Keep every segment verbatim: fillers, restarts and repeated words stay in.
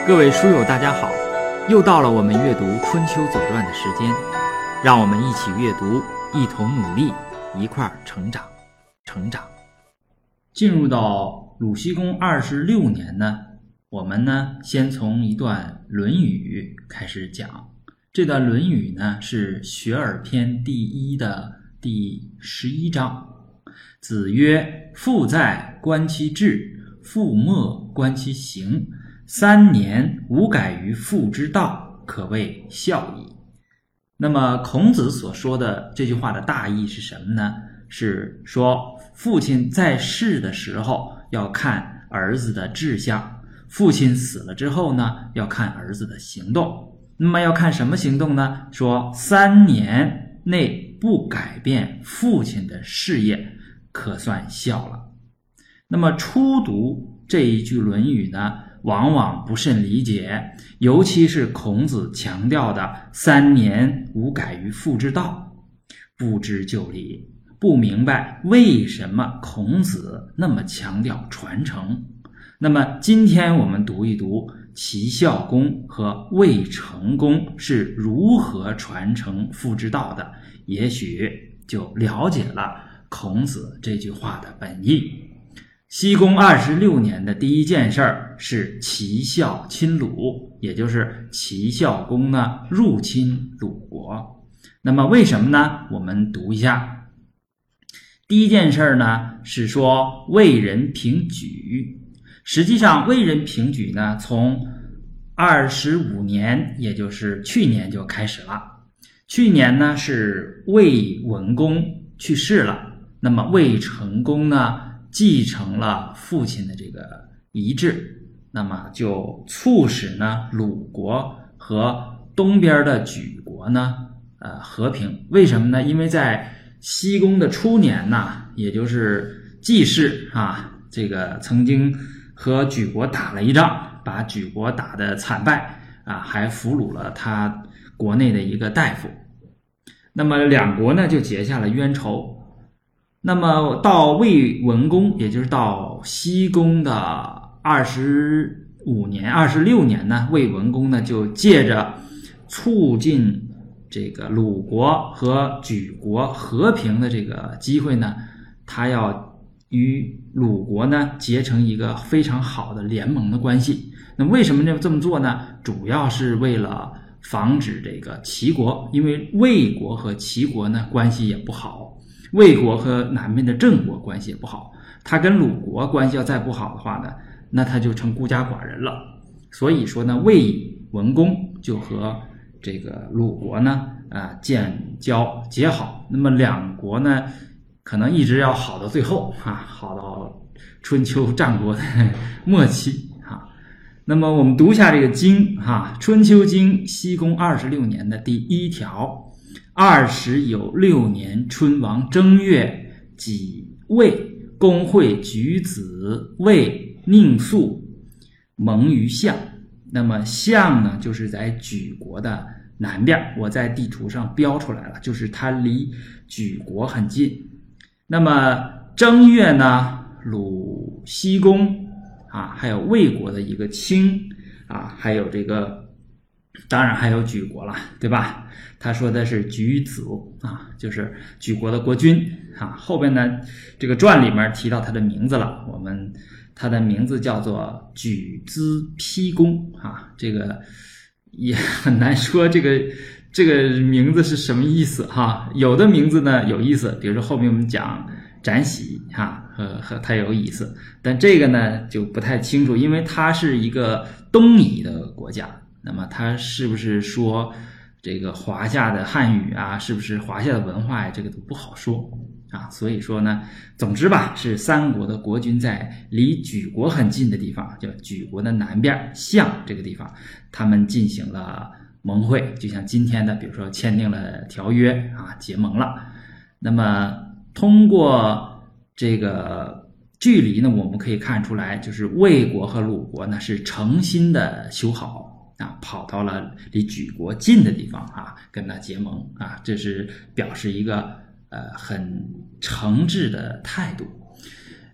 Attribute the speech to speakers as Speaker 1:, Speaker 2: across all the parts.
Speaker 1: 各位书友大家好，又到了我们阅读春秋左传的时间，让我们一起阅读，一同努力，一块儿成长成长。进入到鲁僖公二十六年呢，我们呢先从一段论语开始讲。这段论语呢是学而篇第一的第十一章。子曰：父在，观其志；父没，观其行。三年无改于父之道，可谓孝矣。那么孔子所说的这句话的大意是什么呢？是说父亲在世的时候要看儿子的志向，父亲死了之后呢，要看儿子的行动。那么要看什么行动呢？说三年内不改变父亲的事业，可算孝了。那么初读这一句论语呢，往往不甚理解，尤其是孔子强调的三年无改于父之道，不知就里，不明白为什么孔子那么强调传承。那么今天我们读一读齐孝公和魏成公是如何传承父之道的，也许就了解了孔子这句话的本意。僖公二十六年的第一件事儿是齐孝侵鲁，也就是齐孝公呢入侵鲁国。那么为什么呢？我们读一下。第一件事呢是说为人平举。实际上为人平举呢，从二十五年，也就是去年就开始了。去年呢是魏文公去世了，那么魏成公呢继承了父亲的这个遗志，那么就促使呢鲁国和东边的莒国呢呃和平。为什么呢？因为在僖公的初年呢，也就是季氏啊，这个曾经和莒国打了一仗，把莒国打得惨败啊，还俘虏了他国内的一个大夫。那么两国呢就结下了冤仇。那么到魏文公，也就是到僖公的二十五年、二十六年呢，魏文公呢就借着促进这个鲁国和莒国和平的这个机会呢，他要与鲁国呢结成一个非常好的联盟的关系。那为什么要这么做呢？主要是为了防止这个齐国，因为魏国和齐国呢关系也不好，魏国和南边的郑国关系也不好，他跟鲁国关系要再不好的话呢，那他就成孤家寡人了。所以说呢，魏文公就和这个鲁国呢啊建交结好。那么两国呢可能一直要好到最后啊，好到春秋战国的末期啊。那么我们读一下这个经哈，《春秋经》僖公二十六年的第一条：二十有六年春王正月，己未，公会举子魏宁肃盟于相。那么相呢就是在莒国的南边，我在地图上标出来了，就是它离莒国很近。那么正月呢，鲁僖公啊，还有魏国的一个卿啊，还有这个当然还有莒国了，对吧？他说的是莒子啊，就是莒国的国君啊。后边呢这个传里面提到他的名字了，我们他的名字叫做莒兹丕公啊，这个也很难说这个这个名字是什么意思哈。有的名字呢有意思，比如说后面我们讲展喜哈，和和它有意思，但这个呢就不太清楚，因为它是一个东夷的国家，那么它是不是说这个华夏的汉语啊，是不是华夏的文化呀，这个都不好说啊。所以说呢，总之吧，是三国的国君在离莒国很近的地方，叫莒国的南边相这个地方，他们进行了盟会，就像今天的比如说签订了条约啊，结盟了。那么通过这个距离呢，我们可以看出来，就是魏国和鲁国呢是诚心的修好啊，跑到了离莒国近的地方啊，跟他结盟啊，这是表示一个呃很诚挚的态度。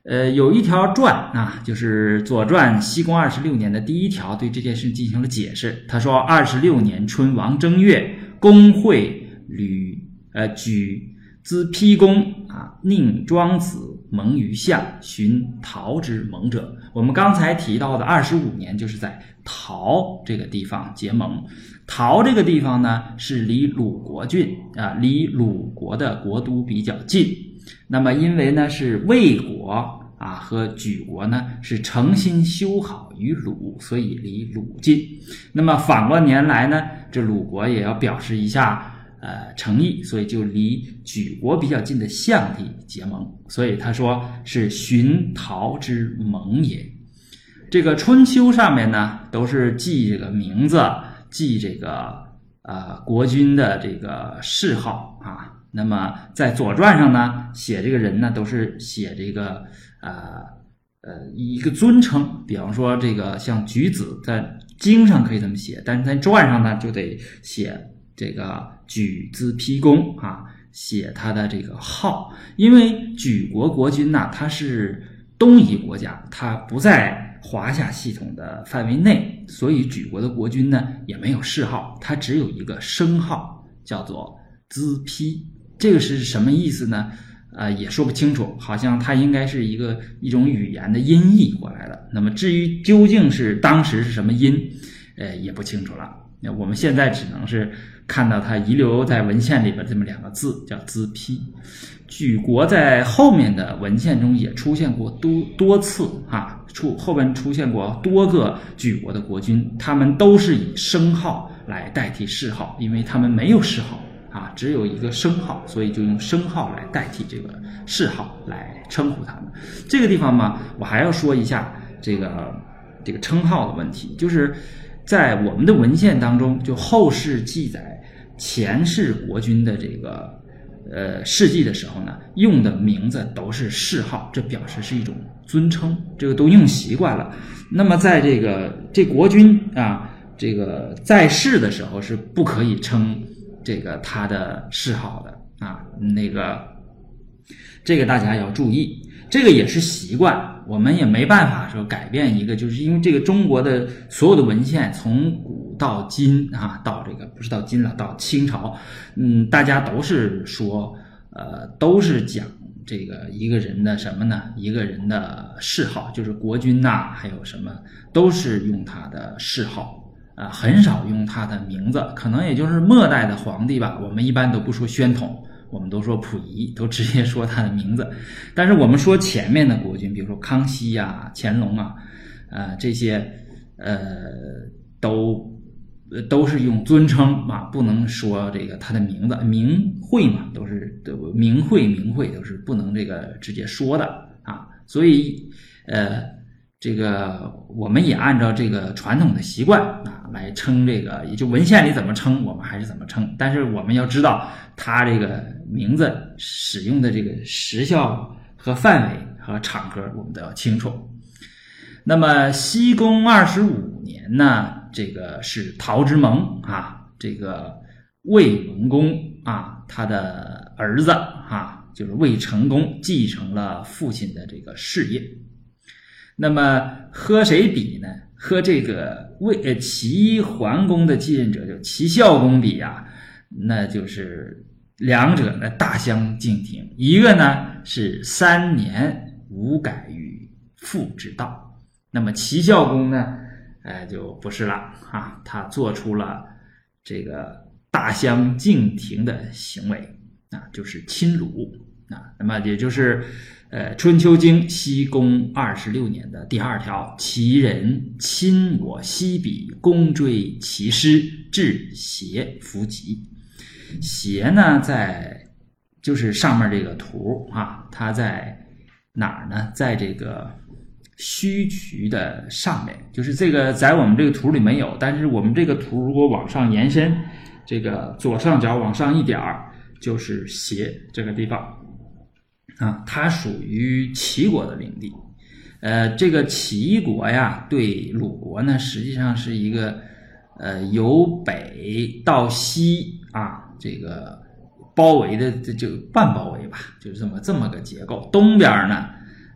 Speaker 1: 呃，有一条传啊，就是《左传》西公二十六年的第一条，对这件事进行了解释。他说，二十六年春王正月，公会吕呃举资丕公啊，宁庄子蒙于相，寻陶之盟者。我们刚才提到的二十五年，就是在陶这个地方结盟。陶这个地方呢，是离鲁国郡啊，离鲁国的国都比较近。那么因为呢是魏国啊和莒国呢是诚心修好于鲁，所以离鲁近。那么反过年来呢，这鲁国也要表示一下呃诚意，所以就离莒国比较近的相地结盟。所以他说是寻陶之盟也。这个春秋上面呢都是记这个名字，记这个呃国君的这个谥号啊。那么在左传上呢，写这个人呢都是写这个呃呃一个尊称，比方说这个像举子，在经上可以这么写，但是在传上呢就得写这个举资丕公啊，写他的这个号。因为莒国国君呐、啊，他是东夷国家，他不在华夏系统的范围内，所以莒国的国君呢也没有谥号，他只有一个称号，叫做资丕。这个是什么意思呢？呃，也说不清楚，好像它应该是一个一种语言的音译过来的。那么至于究竟是当时是什么音，呃，也不清楚了。那我们现在只能是看到它遗留在文献里边这么两个字，叫资丕。莒国在后面的文献中也出现过多多次啊，出后面出现过多个莒国的国君，他们都是以称号来代替谥号，因为他们没有谥号。啊，只有一个称号，所以就用称号来代替这个谥号来称呼他们。这个地方嘛，我还要说一下这个这个称号的问题，就是在我们的文献当中，就后世记载前世国君的这个呃事迹的时候呢，用的名字都是谥号，这表示是一种尊称，这个都用习惯了。那么在这个这国君啊，这个在世的时候是不可以称这个他的谥号的啊，那个这个大家要注意，这个也是习惯，我们也没办法说改变一个，就是因为这个中国的所有的文献从古到今啊，到这个不是到今了，到清朝，嗯，大家都是说，呃，都是讲这个一个人的什么呢？一个人的谥号，就是国君呐、啊，还有什么都是用他的谥号。啊，很少用他的名字，可能也就是末代的皇帝吧。我们一般都不说宣统，我们都说溥仪，都直接说他的名字。但是我们说前面的国君，比如说康熙呀、啊、乾隆啊，呃，这些呃都都是用尊称嘛，不能说这个他的名字，名讳嘛，都是都名讳名讳都是不能这个直接说的啊。所以呃。这个我们也按照这个传统的习惯啊来称这个，也就文献里怎么称我们还是怎么称，但是我们要知道它这个名字使用的这个时效和范围和场合我们都要清楚。那么西公二十五年呢，这个是陶之盟啊，这个魏文公啊他的儿子啊就是魏成公继承了父亲的这个事业。那么和谁比呢？和这个魏呃齐桓公的继任者就齐孝公比啊，那就是两者呢大相径庭。一个呢是三年无改于父之道，那么齐孝公呢，呃就不是了啊，他做出了这个大相径庭的行为啊，就是亲鲁啊，那么也就是呃，《春秋经》西公二十六年的第二条，齐人亲我西鄙，公追其师，至协弗及。协呢，在就是上面这个图啊，它在哪儿呢？在这个须渠的上面，就是这个在我们这个图里没有，但是我们这个图如果往上延伸，这个左上角往上一点儿，就是协这个地方。啊，它属于齐国的领地，呃，这个齐国呀，对鲁国呢，实际上是一个，呃，由北到西啊，这个包围的，就半包围吧，就是这么这么个结构。东边呢，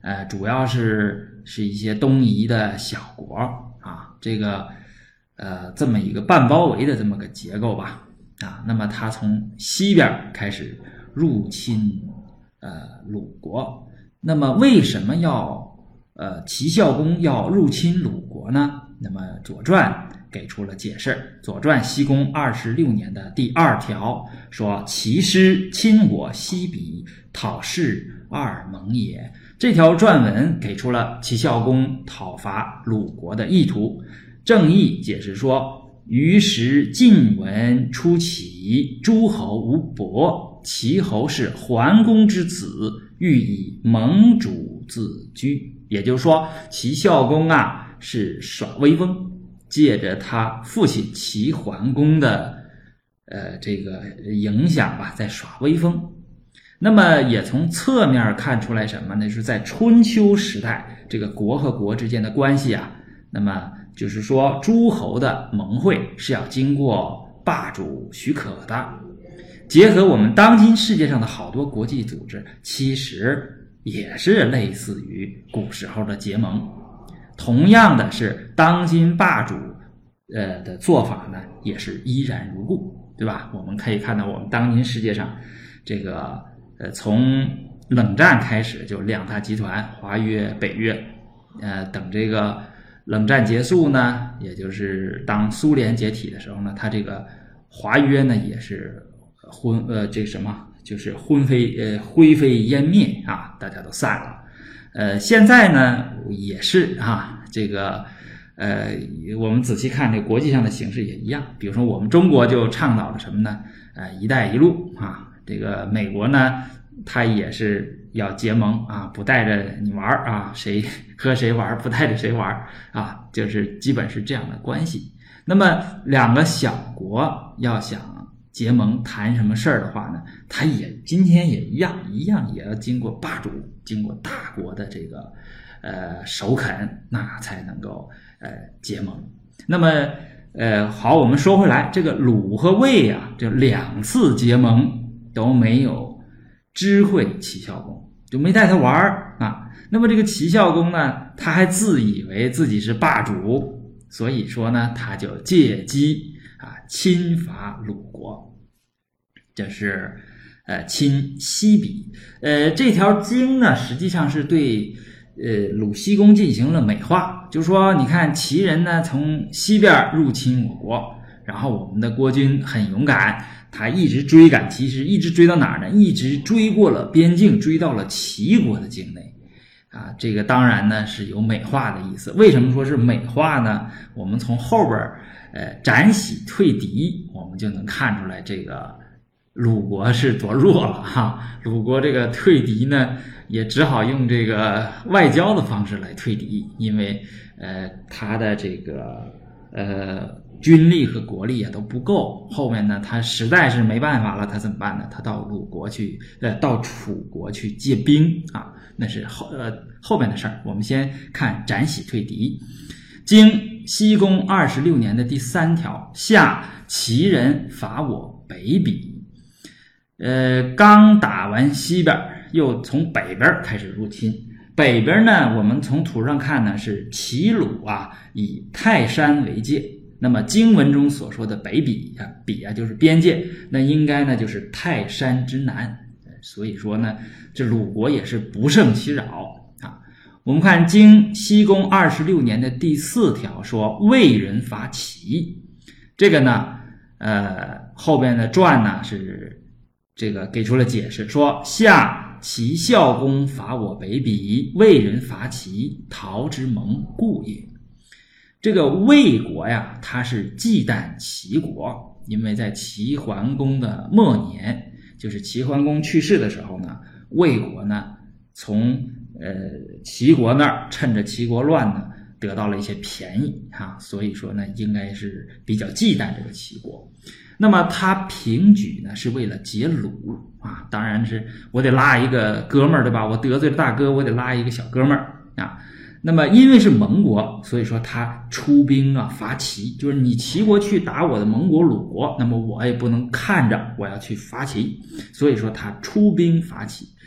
Speaker 1: 呃，主要是是一些东夷的小国啊，这个呃这么一个半包围的这么个结构吧啊。那么他从西边开始入侵呃鲁国，那么为什么要呃齐孝公要入侵鲁国呢？那么《左传》给出了解释，《左传》西公二十六年的第二条说：“齐师侵我西鄙，讨士二盟也。”这条传文给出了齐孝公讨伐鲁国的意图。正义解释说：“于时晋文出齐，诸侯无伯，齐侯是桓公之子，欲以盟主自居。”也就是说，齐孝公啊是耍威风，借着他父亲齐桓公的呃这个影响吧，在耍威风。那么也从侧面看出来什么呢？就是在春秋时代，这个国和国之间的关系啊，那么就是说诸侯的盟会是要经过霸主许可的。结合我们当今世界上的好多国际组织，其实也是类似于古时候的结盟。同样的是，当今霸主呃的做法呢，也是依然如故，对吧？我们可以看到，我们当今世界上这个呃从冷战开始，就两大集团华约、北约，呃等这个冷战结束呢，也就是当苏联解体的时候呢，它这个华约呢也是昏呃这什么就是灰飞呃灰飞烟灭啊，大家都散了。呃，现在呢也是啊，这个呃，我们仔细看这个国际上的形势也一样。比如说我们中国就倡导了什么呢？呃，一带一路啊，这个美国呢，它也是要结盟啊，不带着你玩啊，谁和谁玩，不带着谁玩啊，就是基本是这样的关系。那么两个小国要想结盟谈什么事儿的话呢，它也今天也一样，一样也要经过霸主、经过大国的这个呃首肯，那才能够呃结盟。那么呃好，我们说回来，这个鲁和魏啊，这两次结盟都没有知会齐孝公，就没带他玩啊。那么这个齐孝公呢，他还自以为自己是霸主，所以说呢，他就借机啊侵伐鲁国，这是呃侵西鄙。呃这条经呢，实际上是对呃鲁僖公进行了美化，就是说你看齐人呢从西边入侵我国，然后我们的国君很勇敢，他一直追赶齐师，一直追到哪儿呢？一直追过了边境，追到了齐国的境内。啊，这个当然呢是有美化的意思。为什么说是美化呢？我们从后边呃斩喜退敌，我们就能看出来这个鲁国是多弱了哈。鲁国这个退敌呢，也只好用这个外交的方式来退敌，因为呃他的这个呃军力和国力啊都不够。后面呢，他实在是没办法了，他怎么办呢？他到鲁国去，呃，到楚国去借兵啊，那是后呃后面的事儿。我们先看斩喜退敌。经僖公二十六年的第三条，夏齐人伐我北鄙。呃，刚打完西边，又从北边开始入侵。北边呢，我们从图上看呢，是齐鲁啊，以泰山为界。那么经文中所说的北鄙啊，鄙啊就是边界，那应该呢就是泰山之南。所以说呢，这鲁国也是不胜其扰啊。我们看经僖公二十六年的第四条说，魏人伐齐。这个呢，呃，后边的传呢是这个给出了解释，说夏齐孝公伐我北鄙，魏人伐齐，陶之盟故也。这个魏国呀，他是忌惮齐国，因为在齐桓公的末年，就是齐桓公去世的时候呢，魏国呢从呃齐国那儿趁着齐国乱呢得到了一些便宜啊，所以说呢应该是比较忌惮这个齐国。那么他平举呢是为了结鲁啊，当然是我得拉一个哥们儿，对吧？我得罪了大哥，我得拉一个小哥们儿啊。那么因为是盟国，所以说他出兵啊伐齐，就是你齐国去打我的盟国鲁国，那么我也不能看着我要去伐齐，所以说他出兵伐齐。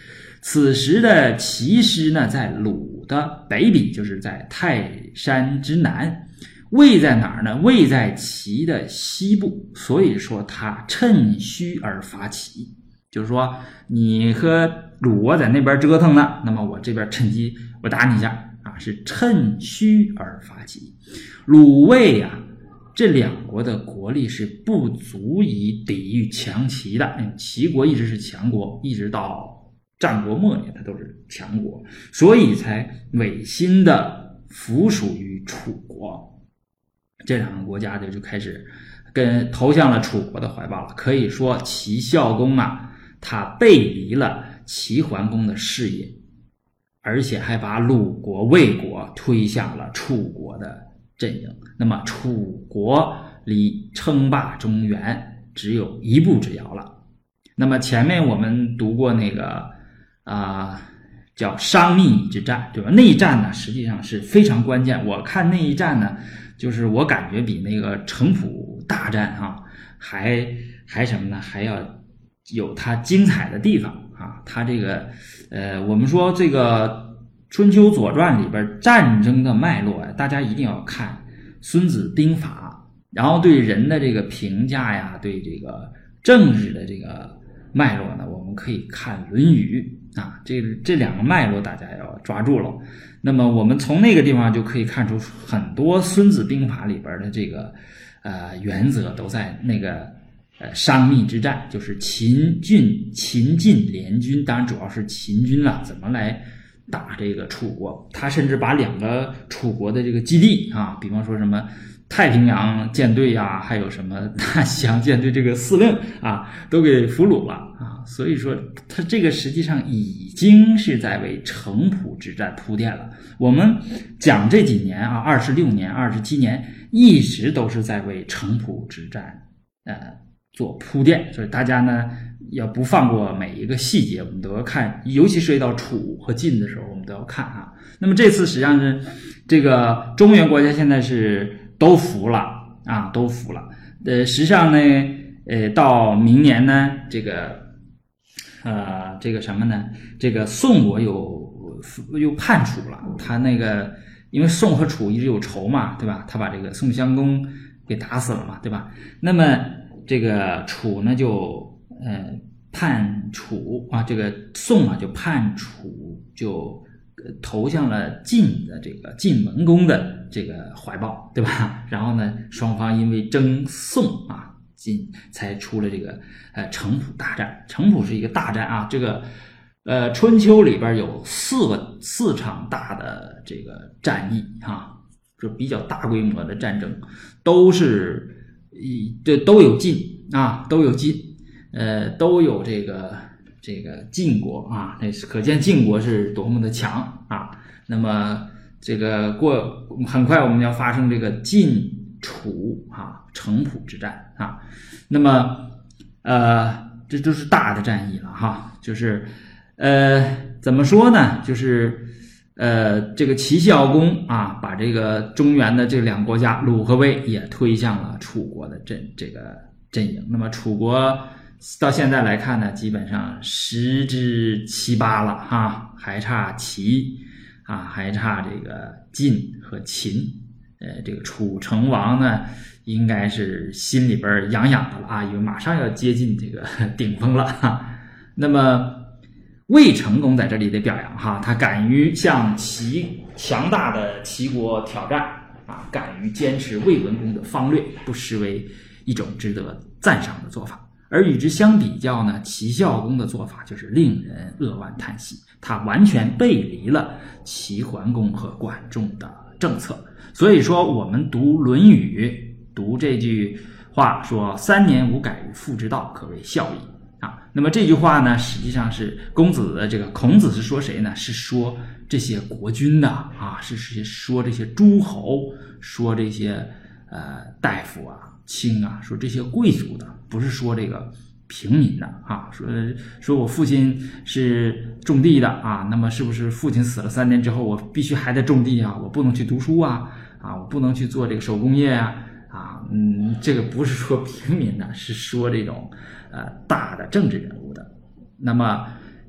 Speaker 1: 此时的齐师呢，在鲁的北鄙，就是在泰山之南。魏在哪儿呢？魏在齐的西部，所以说他趁虚而伐齐，就是说你和鲁国在那边折腾呢，那么我这边趁机我打你一下啊，是趁虚而伐齐。鲁魏啊这两国的国力是不足以抵御强齐的，因为齐国一直是强国，一直到战国末年它都是强国，所以才违心的服属于楚国。这两个国家就就开始跟投向了楚国的怀抱了。可以说齐孝公啊，他背离了齐桓公的事业，而且还把鲁国、魏国推向了楚国的阵营。那么楚国离称霸中原只有一步之遥了。那么前面我们读过那个啊、呃、叫商密之战，对吧？那一战呢实际上是非常关键。我看那一战呢，就是我感觉比那个城濮大战啊还还什么呢？还要有它精彩的地方啊。它这个呃我们说这个春秋左传里边战争的脉络啊，大家一定要看孙子兵法，然后对人的这个评价呀，对这个政治的这个脉络呢，我们可以看论语啊，这这两个脉络大家要抓住了。那么我们从那个地方就可以看出很多孙子兵法里边的这个呃原则都在那个呃商密之战，就是秦郡秦晋联军，当然主要是秦军啊怎么来打这个楚国。他甚至把两个楚国的这个基地啊，比方说什么太平洋舰队啊，还有什么大西洋舰队这个司令啊，都给俘虏了啊。所以说他这个实际上已经是在为城濮之战铺垫了。我们讲这几年啊，二十六年、二十七年，一直都是在为城濮之战呃做铺垫。所以大家呢要不放过每一个细节，我们都要看，尤其涉及到楚和晋的时候，我们都要看啊。那么这次实际上是这个中原国家现在是都服了啊，都服了。呃，实际上呢，呃，到明年呢，这个，呃，这个什么呢？这个宋国有又叛楚了。他那个，因为宋和楚一直有仇嘛，对吧？他把这个宋襄公给打死了嘛，对吧？那么这个楚呢，就呃叛楚啊，这个宋啊就叛楚，就投向了晋的这个晋文公的这个怀抱，对吧？然后呢，双方因为争宋啊，晋才出了这个呃城濮大战。城濮是一个大战啊，这个呃春秋里边有四个四场大的这个战役啊，就比较大规模的战争，都是一这都有晋啊，都有晋，呃，都有这个。这个晋国啊，那可见晋国是多么的强啊！那么这个过很快我们要发生这个晋楚啊城濮之战啊。那么呃，这都是大的战役了哈。就是呃，怎么说呢？就是呃，这个齐孝公啊，把这个中原的这两个国家鲁和魏也推向了楚国的阵这个阵营。那么楚国到现在来看呢，基本上十之七八了哈，还差齐啊，还差这个晋和秦。呃，这个楚成王呢，应该是心里边痒痒的了啊，因为马上要接近这个顶峰了哈。那么魏成公在这里得表扬哈，他敢于向齐强大的齐国挑战啊，敢于坚持魏文公的方略，不失为一种值得赞赏的做法。而与之相比较呢，齐孝公的做法就是令人扼腕叹息，他完全背离了齐桓公和管仲的政策。所以说我们读《论语》，读这句话说三年无改于父之道，可谓孝矣啊。那么这句话呢，实际上是公子的这个孔子是说谁呢？是说这些国君的啊，是说这些诸侯，说这些呃大夫啊、卿啊，说这些贵族的，不是说这个平民的啊。说说我父亲是种地的啊，那么是不是父亲死了三年之后，我必须还得种地啊？我不能去读书啊，啊，我不能去做这个手工业啊，啊，嗯，这个不是说平民的，是说这种呃大的政治人物的。那么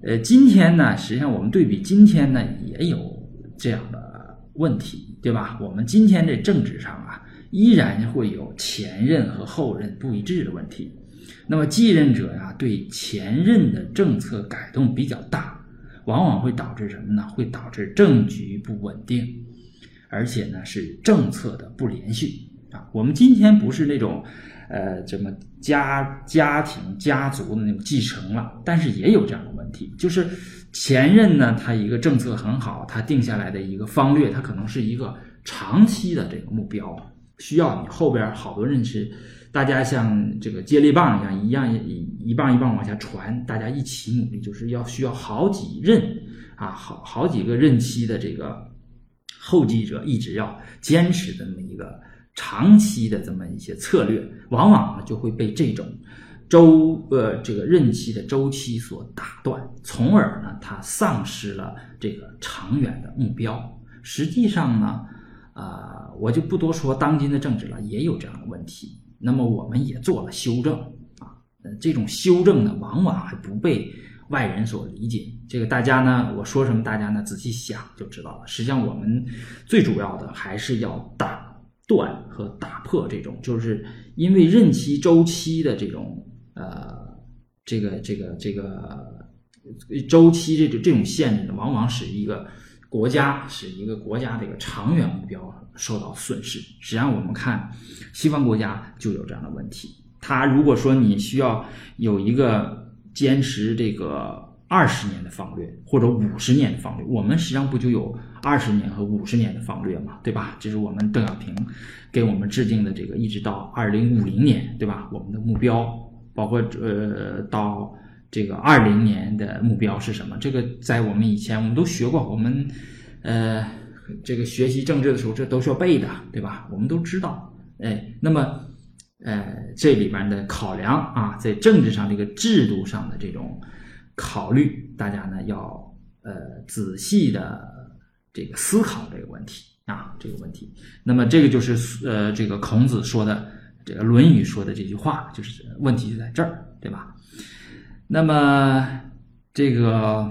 Speaker 1: 呃，今天呢，实际上我们对比今天呢，也有这样的问题，对吧？我们今天这政治上啊，依然会有前任和后任不一致的问题。那么继任者呀、啊，对前任的政策改动比较大，往往会导致什么呢？会导致政局不稳定，而且呢是政策的不连续啊。我们今天不是那种呃怎么家家庭家族的那种继承了，但是也有这样的问题，就是前任呢他一个政策很好，他定下来的一个方略，他可能是一个长期的这个目标，需要你后边好多人是大家像这个接力棒一样一样一一棒一棒往下传，大家一起努力，就是要需要好几任啊好好几个任期的这个后继者一直要坚持的那么一个长期的这么一些策略，往往呢就会被这种周呃这个任期的周期所打断，从而呢它丧失了这个长远的目标。实际上呢啊、呃，我就不多说当今的政治了，也有这样的问题。那么我们也做了修正啊，呃，这种修正呢，往往还不被外人所理解。这个大家呢，我说什么，大家呢仔细想就知道了。实际上，我们最主要的还是要打断和打破这种，就是因为任期周期的这种呃，这个这个这个周期这种这种限制呢，往往使一个国家使一个国家这个长远目标受到损失。实际上我们看西方国家就有这样的问题，他如果说你需要有一个坚持这个二十年的方略或者五十年的方略，我们实际上不就有二十年和五十年的方略嘛，对吧？这是我们邓小平给我们制定的这个一直到二零五零年，对吧？我们的目标包括呃到这个二零年的目标是什么？这个在我们以前我们都学过，我们呃这个学习政治的时候这都是要背的，对吧？我们都知道。哎，那么呃这里边的考量啊，在政治上这个制度上的这种考虑，大家呢要呃仔细的这个思考这个问题啊，这个问题。那么这个就是呃这个孔子说的，这个《论语》说的这句话，就是问题就在这儿，对吧？那么这个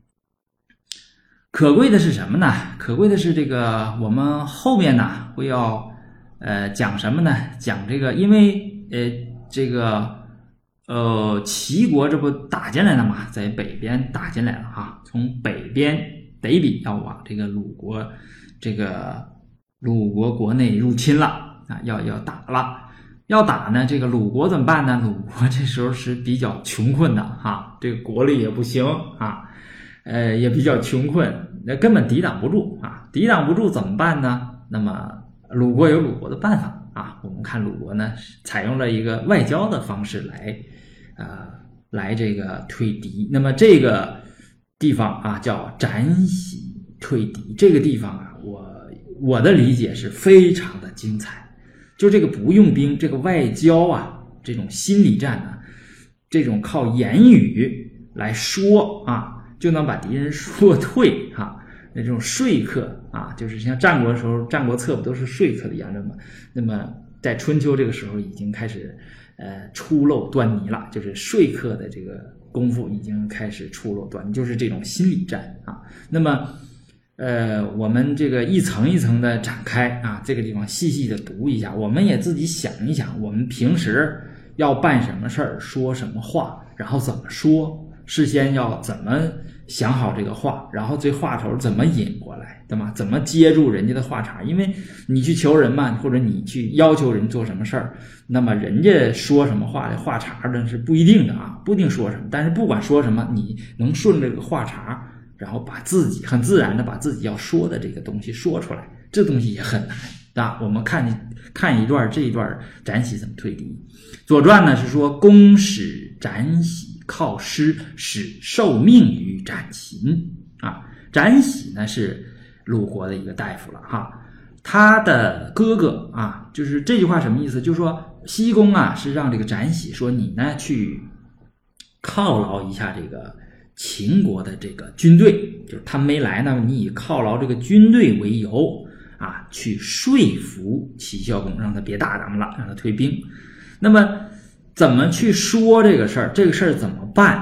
Speaker 1: 可贵的是什么呢？可贵的是这个我们后面呢会要呃讲什么呢？讲这个，因为呃这个呃齐国这不打进来了嘛，在北边打进来了哈，从北边北比要往这个鲁国这个鲁国国内入侵了啊，要要打了。要打呢，这个鲁国怎么办呢？鲁国这时候是比较穷困的哈，这个国力也不行啊，呃，也比较穷困，那根本抵挡不住啊，抵挡不住怎么办呢？那么鲁国有鲁国的办法啊，我们看鲁国呢，采用了一个外交的方式来，呃，来这个退敌。那么这个地方啊，叫斩隰退敌，这个地方啊，我我的理解是非常的精彩。就这个不用兵，这个外交啊，这种心理战啊，这种靠言语来说啊，就能把敌人说退啊，那种说客啊，就是像战国的时候，《战国策》不都是说客的言论吗？那么在春秋这个时候已经开始呃初露端倪了，就是说客的这个功夫已经开始初露端倪，就是这种心理战啊。那么呃，我们这个一层一层的展开啊，这个地方细细的读一下，我们也自己想一想，我们平时要办什么事儿，说什么话，然后怎么说，事先要怎么想好这个话，然后这话头怎么引过来，对吗？怎么接住人家的话茬？因为你去求人嘛，或者你去要求人做什么事儿，那么人家说什么话的话茬呢是不一定的啊，不一定说什么，但是不管说什么，你能顺着这个话茬，然后把自己很自然的把自己要说的这个东西说出来，这东西也很难啊。我们看看一段这一段斩隰怎么退敌。左传呢是说，公使斩隰靠师，使受命于斩禽啊。斩隰呢是鲁国的一个大夫了哈，他的哥哥啊，就是这句话什么意思？就是说西公啊是让这个斩隰说，你呢去犒劳一下这个秦国的这个军队，就是他没来呢，你以犒劳这个军队为由啊，去说服齐孝公，让他别打咱们了，让他退兵。那么怎么去说这个事儿？这个事儿怎么办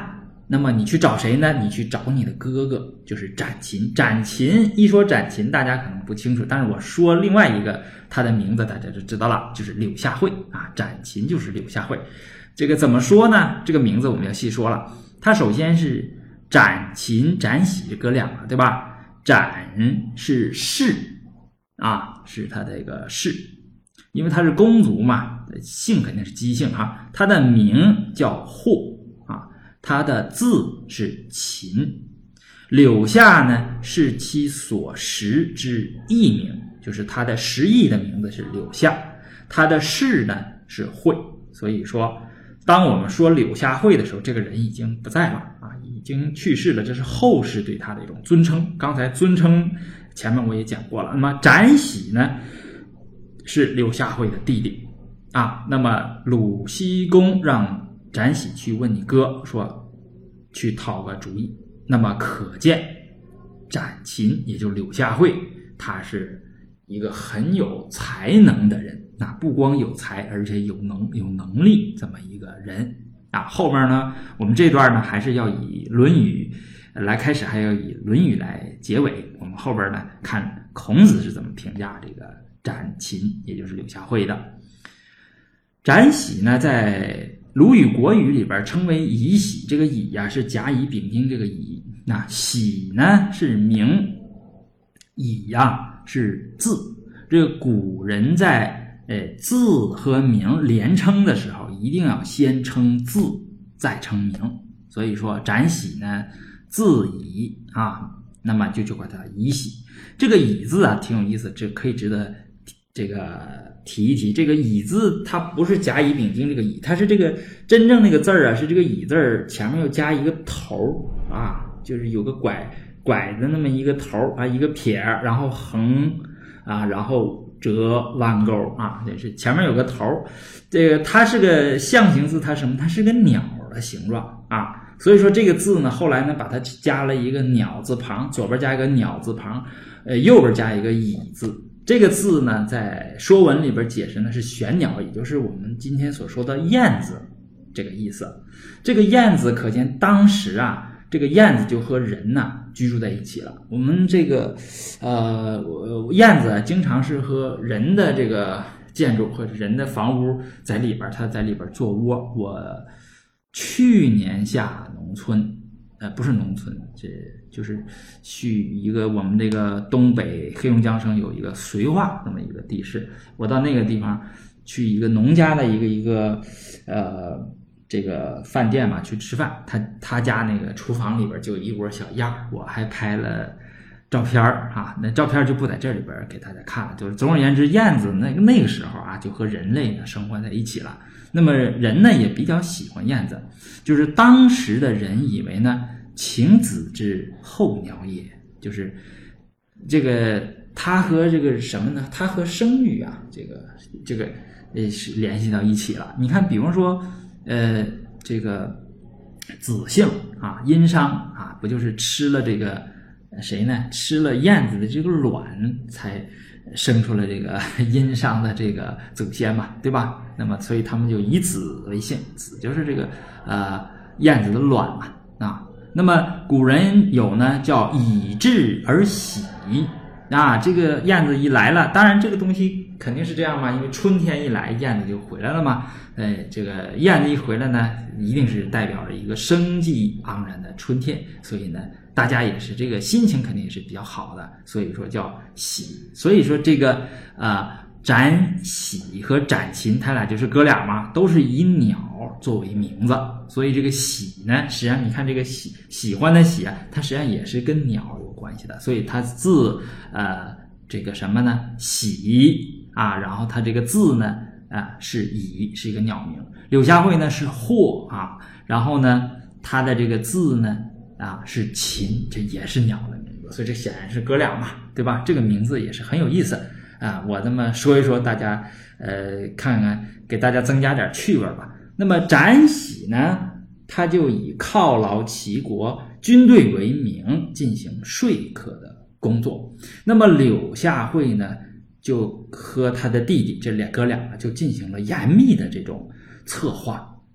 Speaker 1: 那么你去找谁呢？你去找你的哥哥，就是展禽。展禽一说展禽，大家可能不清楚，但是我说另外一个他的名字，大家就知道了，就是柳下惠啊。展禽就是柳下惠。这个怎么说呢？这个名字我们要细说了。他首先是展禽、展喜哥俩了，对吧？展是氏啊，是他这个氏，因为他是公族嘛，姓肯定是姬姓哈。他的名叫霍啊，他的字是禽。柳下呢是其所食之艺名，就是他的实义的名字是柳下，他的氏呢是惠。所以说当我们说柳下惠的时候，这个人已经不在了啊，已经去世了，这是后世对他的一种尊称。刚才尊称前面我也讲过了。那么展喜呢是柳下惠的弟弟啊。那么鲁僖公让展喜去问你哥，说去讨个主意。那么可见展禽也就柳下惠，他是一个很有才能的人。那不光有才，而且有能有能力这么一个人啊。后面呢，我们这段呢还是要以《论语》来开始，还要以《论语》来结尾。我们后边呢看孔子是怎么评价这个展禽，也就是柳下惠的。展喜呢，在鲁语国语里边称为乙喜，这个乙呀、啊、是甲乙丙丁这个乙，那喜呢是名，乙呀、啊、是字。这个古人在呃，字和名连称的时候，一定要先称字，再称名。所以说，展喜呢，字乙啊，那么就就管它乙喜。这个乙字啊，挺有意思，这可以值得这个提一提。这个乙字它不是甲乙丙丁这个乙，它是这个真正那个字儿啊，是这个乙字儿前面要加一个头啊，就是有个拐拐的那么一个头啊，一个撇，然后横啊，然后折弯钩啊，这是前面有个头，这个它是个象形字，它什么？它是个鸟的形状啊，所以说这个字呢，后来呢把它加了一个鸟字旁，左边加一个鸟字旁，呃，右边加一个乙字。这个字呢，在《说文》里边解释呢是玄鸟，也就是我们今天所说的燕子这个意思。这个燕子可见当时啊。这个燕子就和人呢居住在一起了。我们这个呃燕子经常是和人的这个建筑或者人的房屋在里边，它在里边做窝。我去年下农村，呃不是农村，这就是去一个我们这个东北黑龙江省有一个绥化那么一个地势，我到那个地方去一个农家的一个一个呃。这个饭店嘛，去吃饭，他他家那个厨房里边就有一窝小样，我还拍了照片啊，那照片就不在这里边给大家看了。就是总而言之，燕子那个那个时候啊，就和人类呢生活在一起了。那么人呢也比较喜欢燕子，就是当时的人以为呢，晴子之候鸟也，就是这个它和这个什么呢？它和生育啊，这个这个呃是联系到一起了。你看，比方说。呃，这个子姓啊，殷商啊，不就是吃了这个谁呢？吃了燕子的这个卵，才生出了这个殷商的这个祖先嘛，对吧？那么，所以他们就以子为姓，子就是这个呃燕子的卵嘛啊。那么古人有呢，叫以至而喜啊，这个燕子一来了，当然这个东西肯定是这样嘛，因为春天一来，燕子就回来了嘛。呃，这个燕子一回来呢，一定是代表着一个生机盎然的春天，所以呢，大家也是这个心情肯定也是比较好的，所以说叫喜。所以说这个呃展喜和展禽，他俩就是哥俩嘛，都是以鸟作为名字，所以这个喜呢，实际上你看这个喜喜欢的喜啊，它实际上也是跟鸟有关系的，所以它字呃这个什么呢？喜啊，然后它这个字呢。啊，是乙，是一个鸟名。柳下惠呢是霍啊，然后呢，它的这个字呢啊是禽，这也是鸟的名字，所以这显然是哥俩嘛，对吧？这个名字也是很有意思啊。我这么说一说，大家呃看看，给大家增加点趣味吧。那么展喜呢，他就以犒劳齐国军队为名进行说客的工作。那么柳下惠呢？就和他的弟弟这两哥俩就进行了严密的这种策划，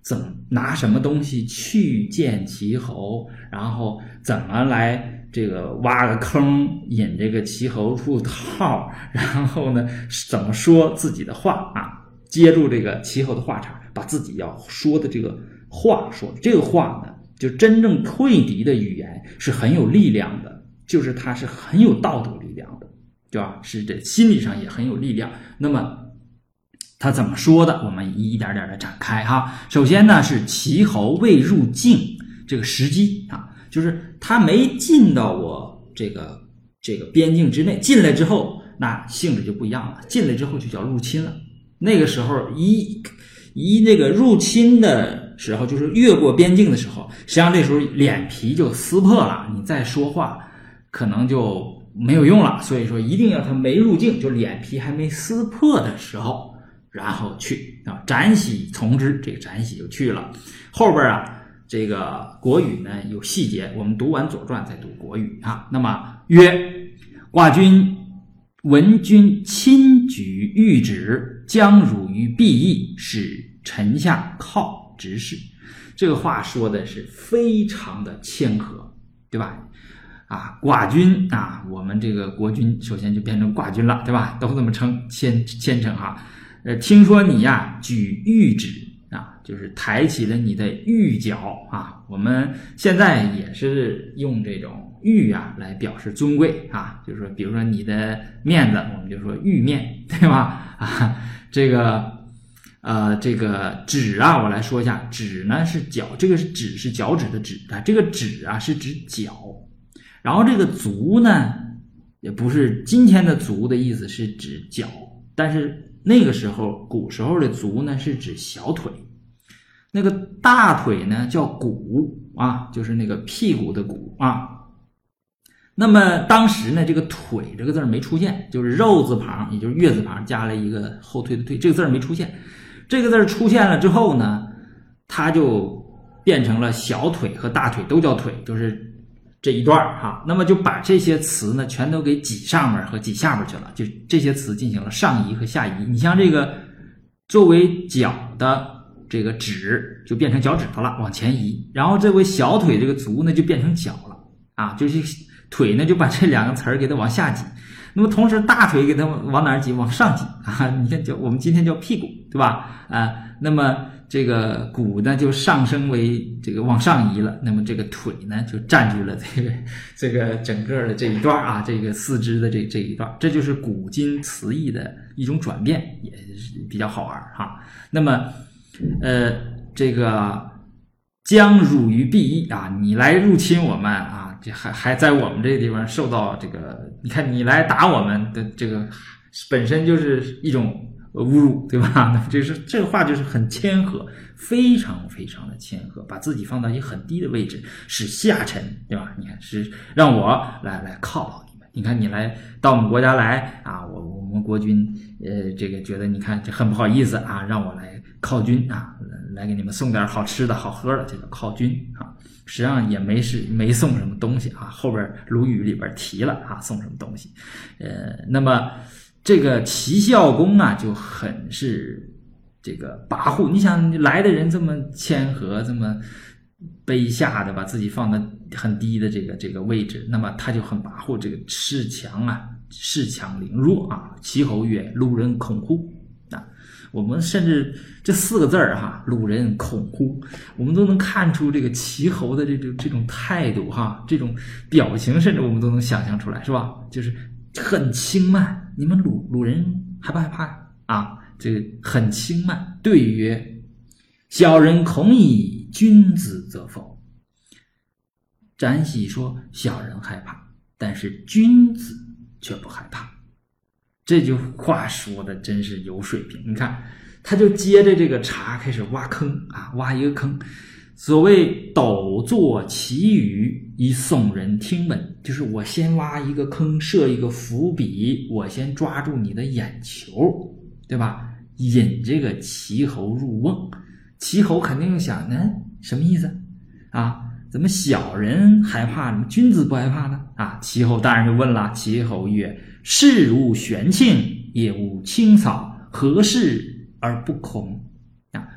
Speaker 1: 怎么拿什么东西去见齐侯，然后怎么来这个挖个坑引这个齐侯入套，然后呢怎么说自己的话啊，接住这个齐侯的话茬，把自己要说的这个话说这个话呢，就真正退敌的语言是很有力量的，就是它是很有道德力量的，对吧？是这心理上也很有力量。那么他怎么说的，我们一点点的展开哈。首先呢是齐侯未入境这个时机啊，就是他没进到我这个这个边境之内，进来之后那性质就不一样了，进来之后就叫入侵了。那个时候一一那个入侵的时候，就是越过边境的时候，实际上这时候脸皮就撕破了，你再说话可能就没有用了。所以说一定要他没入境，就脸皮还没撕破的时候然后去啊，展喜从之，这个展喜就去了。后边啊这个国语呢有细节，我们读完左传再读国语啊。那么曰：寡君闻君亲举谕旨，将汝于敝邑，使臣下犒执事。这个话说的是非常的谦和，对吧？啊，寡君啊，我们这个国君首先就变成寡君了，对吧？都这么称，谦谦称哈。呃，听说你呀举谕旨啊，就是抬起了你的玉角啊。我们现在也是用这种玉啊来表示尊贵啊，就是说，比如说你的面子，我们就说玉面，对吧？啊，这个呃，这个指啊，我来说一下，指呢是脚，这个是指是脚趾的指啊，这个指啊是指脚，然后这个足呢，也不是今天的足的意思，是指脚，但是那个时候古时候的足呢是指小腿，那个大腿呢叫股啊，就是那个屁股的股啊。那么当时呢这个腿这个字没出现，就是肉字旁也就是月字旁加了一个后退的退，这个字没出现。这个字出现了之后呢，它就变成了小腿和大腿都叫腿，就是这一段哈。那么就把这些词呢全都给挤上面和挤下面去了，就这些词进行了上移和下移。你像这个作为脚的这个趾就变成脚趾头了，往前移，然后这位小腿这个足呢就变成脚了啊，就是腿呢就把这两个词儿给它往下挤。那么同时大腿给它往哪儿挤？往上挤啊！你看叫我们今天叫屁股，对吧？啊，那么这个骨呢就上升为这个往上移了，那么这个腿呢就占据了这个这个整个的这一段啊，这个四肢的这这一段，这就是古今词义的一种转变，也是比较好玩哈。那么呃这个将汝于敝邑啊，你来入侵我们啊，这还还在我们这个地方受到这个，你看你来打我们的这个本身就是一种侮辱，对吧？那这是这个话就是很谦和，非常非常的谦和，把自己放到一个很低的位置，使下臣，对吧？你看是让我来来犒劳你们，你看你来到我们国家来啊，我我们国君呃这个觉得你看这很不好意思啊，让我来犒军啊，来给你们送点好吃的好喝的，这叫犒军啊。实际上也没是没送什么东西啊，后边鲁语里边提了啊，送什么东西。呃，那么这个齐孝公啊就很是这个跋扈，你想来的人这么谦和，这么卑下的把自己放在很低的这个这个位置，那么他就很跋扈，这个恃强啊，恃强凌弱啊。齐侯曰：鲁人恐乎？啊，我们甚至这四个字儿哈，鲁人恐乎，我们都能看出这个齐侯的这种这种态度哈，这种表情，甚至我们都能想象出来，是吧？就是很轻慢，你们鲁鲁人害不害怕啊？这个很轻慢。对曰：小人恐以君子则否。展喜说小人害怕，但是君子却不害怕。这句话说的真是有水平，你看他就接着这个茬开始挖坑啊，挖一个坑。所谓陡作其语以耸人听闻，就是我先挖一个坑，设一个伏笔，我先抓住你的眼球，对吧？引这个齐侯入瓮。齐侯肯定想，嗯，什么意思啊？怎么小人害怕，怎么君子不害怕呢？啊，齐侯当然就问了。齐侯曰：事无玄庆，也无清扫，何事而不恐？啊，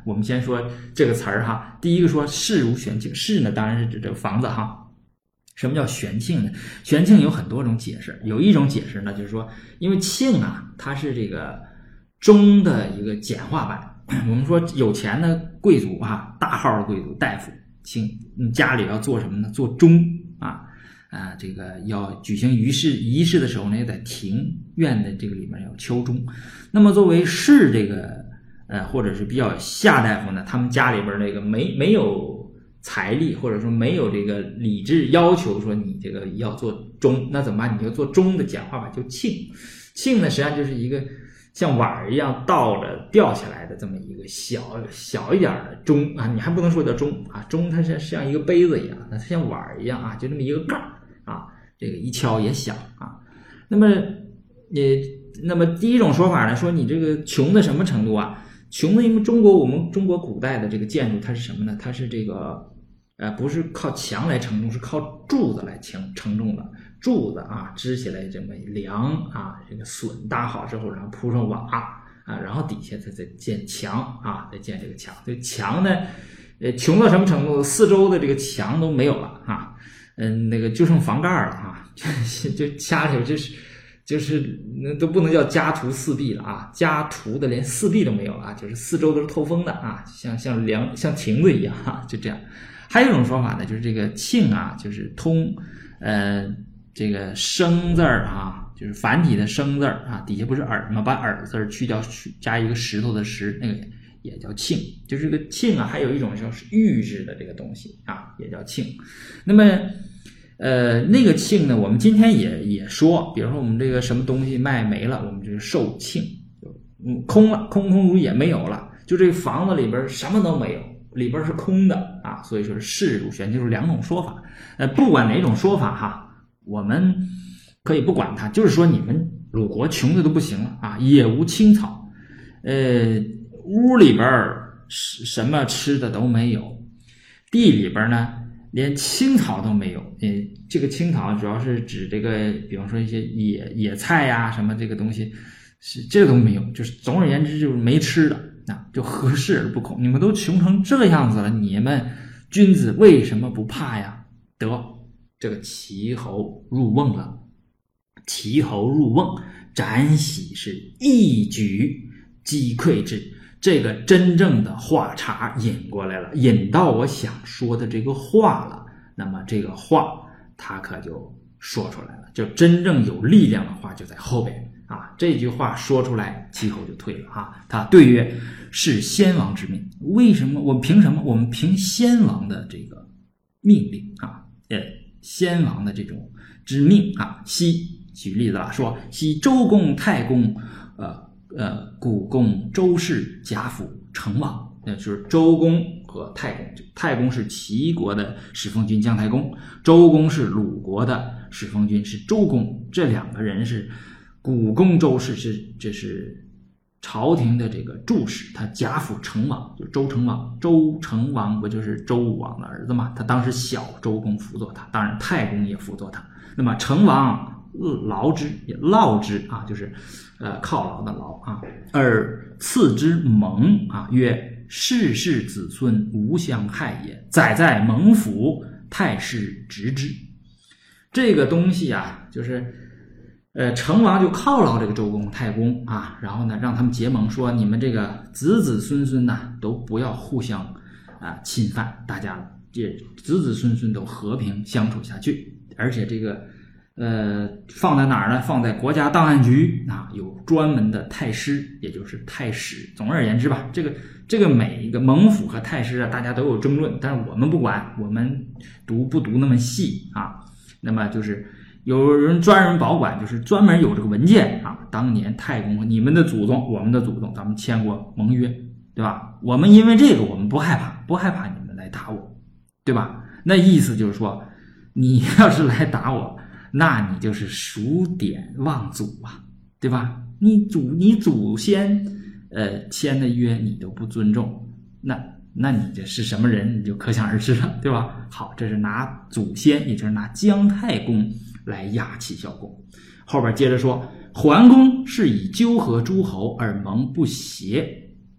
Speaker 1: 我们先说这个词儿哈，第一个说室如悬磬，室呢当然是指这个房子哈。什么叫悬磬呢？悬磬有很多种解释，有一种解释呢，就是说，因为磬啊，它是这个钟的一个简化版。我们说有钱的贵族啊，大号的贵族大夫，请家里要做什么呢？做钟啊啊，这个要举行仪式仪式的时候呢，也在庭院的这个里面要敲钟。那么作为士这个呃，或者是比较下大夫呢，他们家里边那个没没有财力，或者说没有这个理智要求说你这个要做钟，那怎么办？你就做钟的简化版，就磬。磬呢，实际上就是一个像碗一样倒着吊起来的这么一个小小一点的钟啊，你还不能说叫钟啊，钟它是像一个杯子一样，它像碗一样啊，就这么一个盖啊，这个一敲也响啊。那么也那么第一种说法呢，说你这个穷的什么程度啊？穷的，因为中国我们中国古代的这个建筑它是什么呢？它是这个呃不是靠墙来承重，是靠柱子来承承重的。柱子啊支起来这么梁啊，这个榫搭好之后，然后铺上瓦啊，然后底下再再建墙啊，再建这个墙。这墙呢，呃穷到什么程度？四周的这个墙都没有了啊，嗯，那个就剩房盖了啊，就就家里就是就是那都不能叫家徒四壁了啊，家徒的连四壁都没有啊，就是四周都是透风的啊，像像梁像亭子一样啊，就这样。还有一种说法呢，就是这个磬啊，就是通呃这个生字儿啊，就是繁体的生字儿啊，底下不是耳吗？把耳字去掉，去加一个石头的石，那个也叫磬。就是这个磬啊，还有一种就是玉制的这个东西啊，也叫磬。那么呃，那个磬呢，我们今天也也说，比如说我们这个什么东西卖没了，我们就是售罄，嗯，空了，空空如也，没有了，就这个房子里边什么都没有，里边是空的啊，所以说是室如悬，就是两种说法。呃，不管哪种说法哈，我们可以不管它，就是说你们鲁国穷的都不行了啊，也无青草，呃，屋里边什么吃的都没有，地里边呢连青草都没有。呃，这个青草主要是指这个，比方说一些野野菜呀、啊，什么这个东西，是这个都没有，就是总而言之就是没吃的啊，就和世而不恐。你们都穷成这样子了，你们君子为什么不怕呀？得，这个齐侯入瓮了。齐侯入瓮，展喜是一举击溃之。这个真正的话茬引过来了，引到我想说的这个话了。那么这个话他可就说出来了，就真正有力量的话就在后边啊。这句话说出来，齐侯就退了啊。他对曰：是先王之命。为什么？我们凭什么？我们凭先王的这个命令啊，呃，先王的这种之命啊。昔举例子了，说昔周公、太公，呃。呃，古公、周氏、贾府、成王，那就是周公和太公。太公是齐国的始封君姜太公，周公是鲁国的始封君是周公。这两个人是古公周氏，是这是朝廷的这个柱史。他贾府成王，就周成王。周成王不就是周武王的儿子吗？他当时小周公辅佐他，当然太公也辅佐他。那么成王劳之也劳之啊，就是呃犒劳的劳啊。而赐之盟啊，曰世世子孙无相害也，载在盟府，太师执之。这个东西啊，就是呃成王就犒劳这个周公太公啊，然后呢让他们结盟，说你们这个子子孙孙呐、啊、都不要互相啊侵犯，大家这子子孙孙都和平相处下去。而且这个呃，放在哪儿呢？放在国家档案局啊，有专门的太师，也就是太史。总而言之吧，这个这个每一个盟府和太师啊，大家都有争论，但是我们不管，我们读不读那么细啊。那么就是有人专人保管，就是专门有这个文件啊。当年太公，你们的祖宗，我们的祖宗，咱们签过盟约，对吧？我们因为这个，我们不害怕，不害怕你们来打我，对吧？那意思就是说，你要是来打我，那你就是数典忘祖啊，对吧？你祖你祖先呃签的约你都不尊重，那那你这是什么人，你就可想而知了，对吧？好，这是拿祖先，也就是拿姜太公来压齐孝公。后边接着说，桓公是以纠合诸侯而盟不协，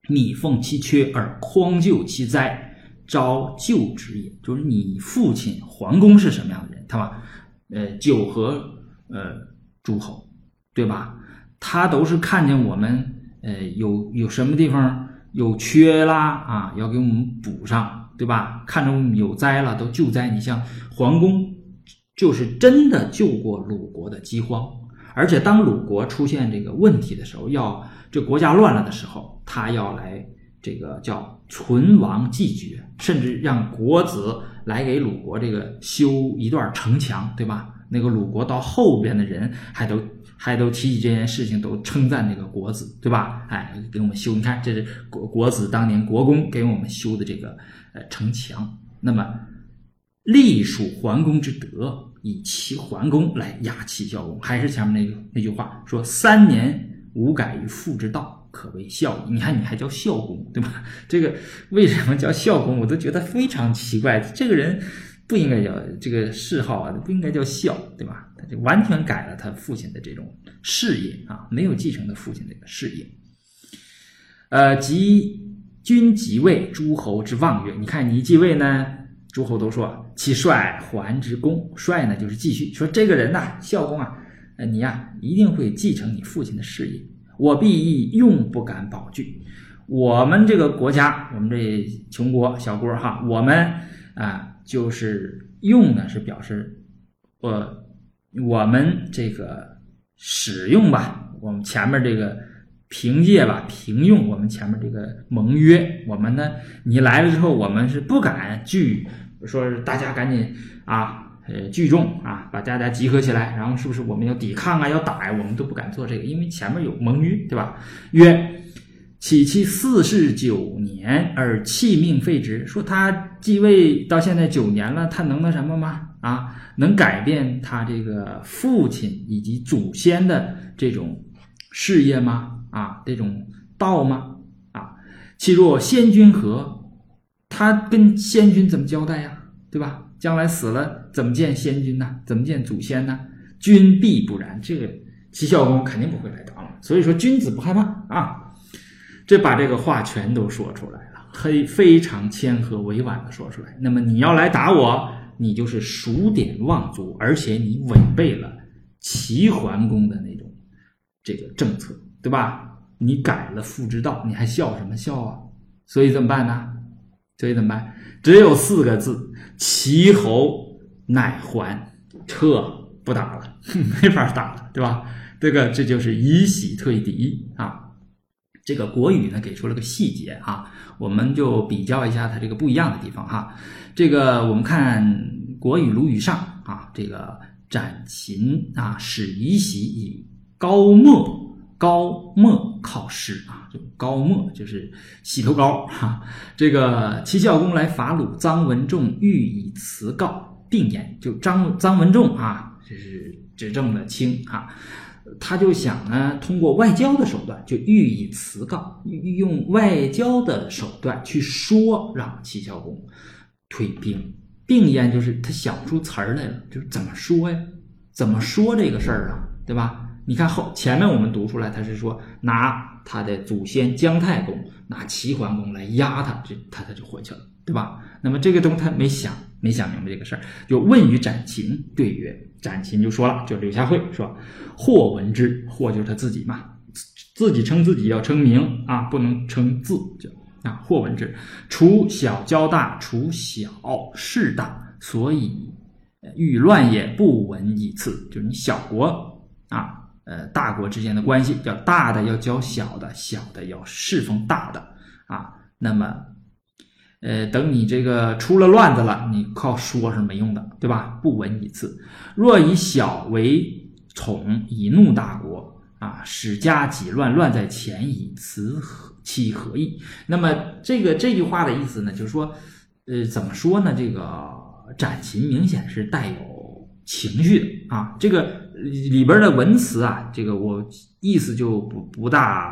Speaker 1: 米凤其缺而匡救其灾，招救之也。就是你父亲桓公是什么样的人，他吧？呃，九合呃诸侯，对吧？他都是看见我们呃有有什么地方有缺啦啊，要给我们补上，对吧？看着我们有灾了，都救灾。你像桓公，就是真的救过鲁国的饥荒，而且当鲁国出现这个问题的时候，要这国家乱了的时候，他要来这个叫存亡继绝，甚至让国子来给鲁国这个修一段城墙，对吧？那个鲁国到后边的人还都还都提起这件事情，都称赞这个国子，对吧？哎，给我们修，你看这是国国子当年国公给我们修的这个呃城墙。那么隶属桓公之德，以齐桓公来压齐孝公，还是前面那个那句话说：“三年无改于父之道，可谓孝矣。”你看，你还叫孝公，对吧？这个为什么叫孝公？我都觉得非常奇怪。这个人不应该叫这个谥号啊，不应该叫孝，对吧？他就完全改了他父亲的这种事业啊，没有继承他父亲这个事业。呃，及君即位，诸侯之望曰：“你看你一继位呢，诸侯都说其帅桓之功，帅呢就是继续说这个人呐、啊，孝公啊，你呀、啊、一定会继承你父亲的事业。我必亦用不敢保据。我们这个国家，我们这穷国小国哈，我们啊就是用呢是表示我我们这个使用吧，我们前面这个凭借吧，凭用我们前面这个盟约，我们呢你来了之后，我们是不敢聚。说大家赶紧啊，呃，聚众啊，把大家集合起来，然后是不是我们要抵抗啊，要打呀、啊？我们都不敢做这个，因为前面有盟约，对吧？曰：岂其四世九年而弃命废职？说他继位到现在九年了，他能那什么吗？啊，能改变他这个父亲以及祖先的这种事业吗？啊，这种道吗？啊，岂若先君何？他跟先君怎么交代呀？对吧？将来死了怎么见先君呢？怎么见祖先呢？君必不然，这个齐孝公肯定不会来打我。所以说君子不害怕啊，这把这个话全都说出来了，非非常谦和委婉的说出来。那么你要来打我，你就是数典忘祖，而且你违背了齐桓公的那种这个政策，对吧？你改了父之道，你还孝什么孝啊？所以怎么办呢？所以怎么办？只有四个字：齐侯乃还，撤，不打了，没法打了，对吧？这个这就是以喜退敌啊。这个国语呢给出了个细节啊，我们就比较一下它这个不一样的地方哈。这个我们看国语鲁语上啊，这个斩秦啊，使以喜以高墨。高墨靠师啊，就高墨就是洗头膏哈、啊。这个齐孝公来伐鲁，臧文仲欲以辞告，并言，就张臧文仲啊，这是执政的卿啊，他就想呢，通过外交的手段，就欲以辞告，用外交的手段去说让齐孝公退兵。并言就是他想出词儿来了，就是怎么说呀？怎么说这个事儿啊？对吧？你看后前面我们读出来，他是说拿他的祖先姜太公，拿齐桓公来压他，这他他就回去了，对吧？那么这个东西他没想没想明白这个事儿，就问于斩秦，对曰，斩秦就说了，就柳下惠说，或闻之，或就是他自己嘛，自己称自己要称名啊，不能称字，就啊，或闻之，除小交大，除小事大，所以欲乱也，不闻以次，就是你小国啊。呃，大国之间的关系，叫大的要教小的，小的要侍奉大的啊。那么，呃，等你这个出了乱子了，你靠说是没用的，对吧？不闻以次。若以小为宠，以怒大国啊，使家己乱，乱在前矣，此其何益？那么这个这句话的意思呢，就是说，呃，怎么说呢？这个斩秦明显是带有情绪的啊，这个里边的文词啊，这个我意思就不不大不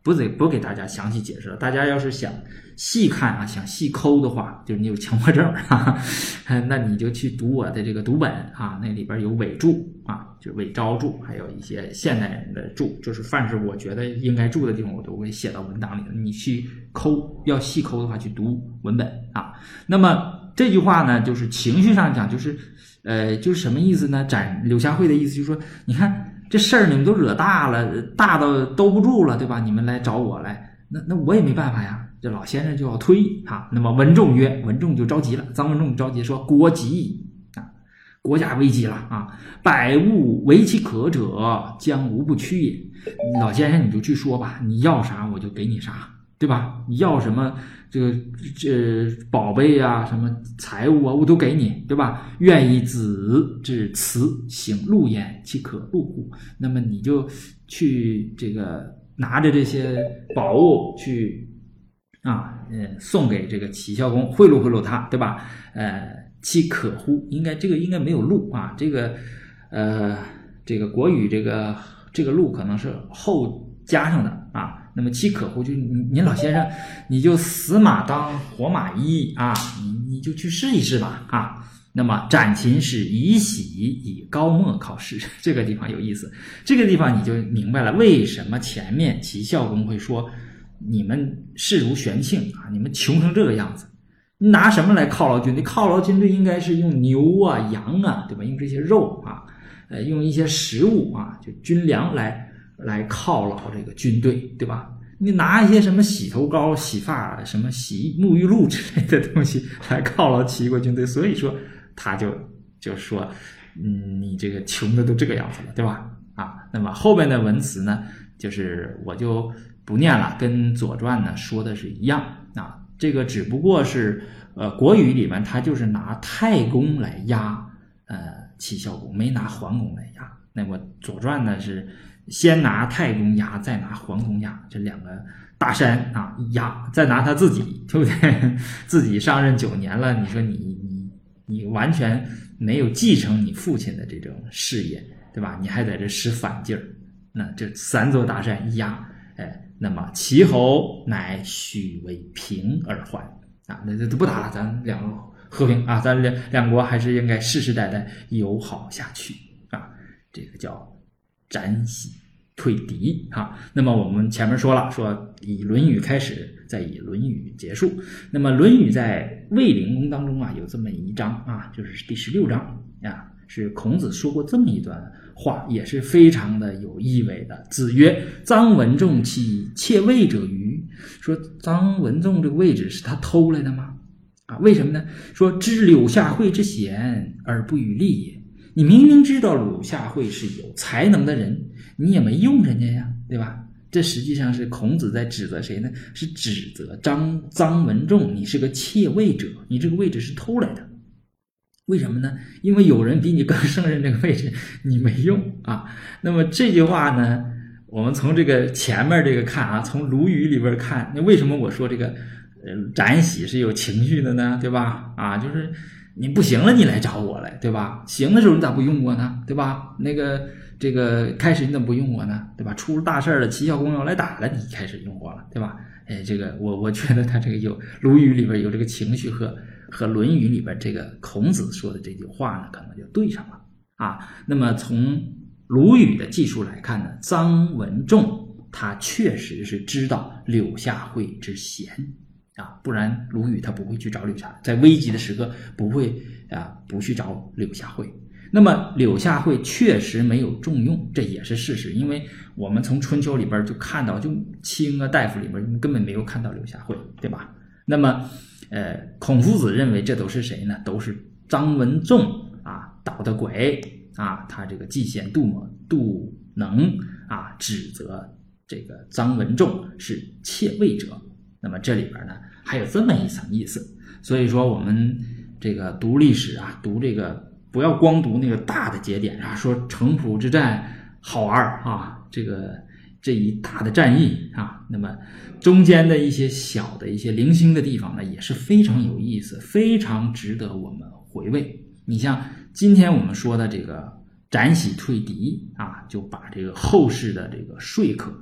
Speaker 1: 不得不给大家详细解释了。大家要是想细看啊，想细抠的话，就是你有强迫症啊，那你就去读我的这个读本啊，那里边有伪注啊，就是伪招注，还有一些现代人的注，就是凡是我觉得应该注的地方，我都会写到文档里。你去抠，要细抠的话，去读文本啊。那么这句话呢，就是情绪上讲，就是呃，就是什么意思呢？展柳下惠的意思就是说，你看。这事儿你们都惹大了，大到兜不住了，对吧？你们来找我来，那那我也没办法呀。这老先生就要推啊。那么文仲曰，文仲就着急了，臧文仲着急说：“国急啊，国家危急了啊！百物为其可者，将无不屈也。”老先生你就去说吧，你要啥我就给你啥，对吧？你要什么这个这宝贝啊，什么财物啊，我都给你，对吧？愿以子之辞行路焉，其可路乎？那么你就去这个拿着这些宝物去啊，呃，送给这个齐孝公，贿赂贿赂他，对吧？呃，其可乎？应该这个应该没有路啊，这个呃，这个国语这个这个路可能是后加上的啊。那么其可乎，就您老先生，你就死马当活马医啊，你你就去试一试吧啊。那么展禽是以喜以高墨考试，这个地方有意思，这个地方你就明白了为什么前面齐孝公会说你们视如玄磬啊，你们穷成这个样子，你拿什么来犒劳军队？犒劳军队应该是用牛啊、羊啊，对吧？用这些肉啊，呃，用一些食物啊，就军粮来。来犒劳这个军队，对吧？你拿一些什么洗头膏、洗发、什么洗沐浴露之类的东西来犒劳齐国军队，所以说他就就说，嗯，你这个穷的都这个样子了，对吧？啊，那么后边的文词呢，就是我就不念了，跟《左传》呢说的是一样啊。这个只不过是呃国语里面他就是拿太公来压呃齐孝公，没拿桓公来压。那么《左传》呢是。先拿太公压，再拿桓公压，这两个大山啊压，再拿他自己，对不对？自己上任九年了，你说你你你完全没有继承你父亲的这种事业，对吧？你还在这使反劲儿，那这三座大山一压，哎，那么齐侯乃许为平而还啊，那这不打了，咱两个和平啊，咱两两国还是应该世世代代友好下去啊，这个叫。斩喜退敌啊，那么我们前面说了，说以《论语》开始，再以《论语》结束。那么《论语》在卫灵公当中啊，有这么一章啊，就是第十六章啊，是孔子说过这么一段话，也是非常的有意味的。子曰：“臧文仲其窃位者于？”说臧文仲这个位置是他偷来的吗？啊，为什么呢？说知柳下惠之贤而不与利也。你明明知道柳下惠是有才能的人，你也没用人家呀，对吧？这实际上是孔子在指责谁呢？是指责张臧文仲，你是个窃位者，你这个位置是偷来的。为什么呢？因为有人比你更胜任这个位置，你没用啊。那么这句话呢，我们从这个前面这个看啊，从《鲁语》里边看，那为什么我说这个呃展喜是有情绪的呢？对吧？啊，就是你不行了，你来找我来，对吧？行的时候你咋不用我呢？对吧？那个这个开始你怎么不用我呢？对吧？出了大事了，齐孝公要来打了，你开始用我了，对吧？哎，这个我我觉得他这个有《鲁语》里边有这个情绪和和《论语》里边这个孔子说的这句话呢，可能就对上了啊。那么从《鲁语》的技术来看呢，臧文仲他确实是知道柳下惠之贤。啊，不然《鲁语》他不会去找柳下，在危急的时刻不会啊不去找柳下惠。那么柳下惠确实没有重用，这也是事实，因为我们从春秋里边就看到，就卿啊大夫里边根本没有看到柳下惠，对吧？那么呃，孔夫子认为这都是谁呢？都是臧文仲啊捣的鬼啊，他这个嫉贤妒妒能啊，指责这个臧文仲是窃位者。那么这里边呢还有这么一层意思，所以说我们这个读历史啊，读这个不要光读那个大的节点啊，说城濮之战好玩啊，这个这一大的战役啊，那么中间的一些小的一些零星的地方呢，也是非常有意思，非常值得我们回味。你像今天我们说的这个斩喜退敌啊，就把这个后世的这个说客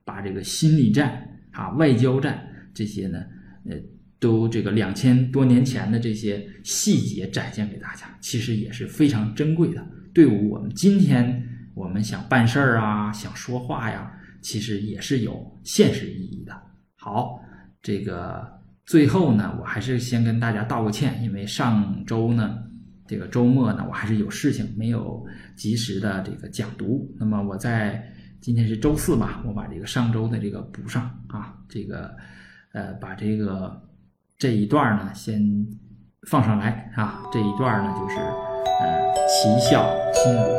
Speaker 1: 把这个心理战啊、外交战这些呢，呃，都这个两千多年前的这些细节展现给大家，其实也是非常珍贵的。对于我们今天我们想办事儿啊，想说话呀，其实也是有现实意义的。好，这个最后呢，我还是先跟大家道个歉，因为上周呢，这个周末呢，我还是有事情，没有及时的这个讲读。那么我在今天是周四吧，我把这个上周的这个补上啊，这个呃，把这个这一段呢先放上来啊，这一段呢就是呃，齐孝亲如。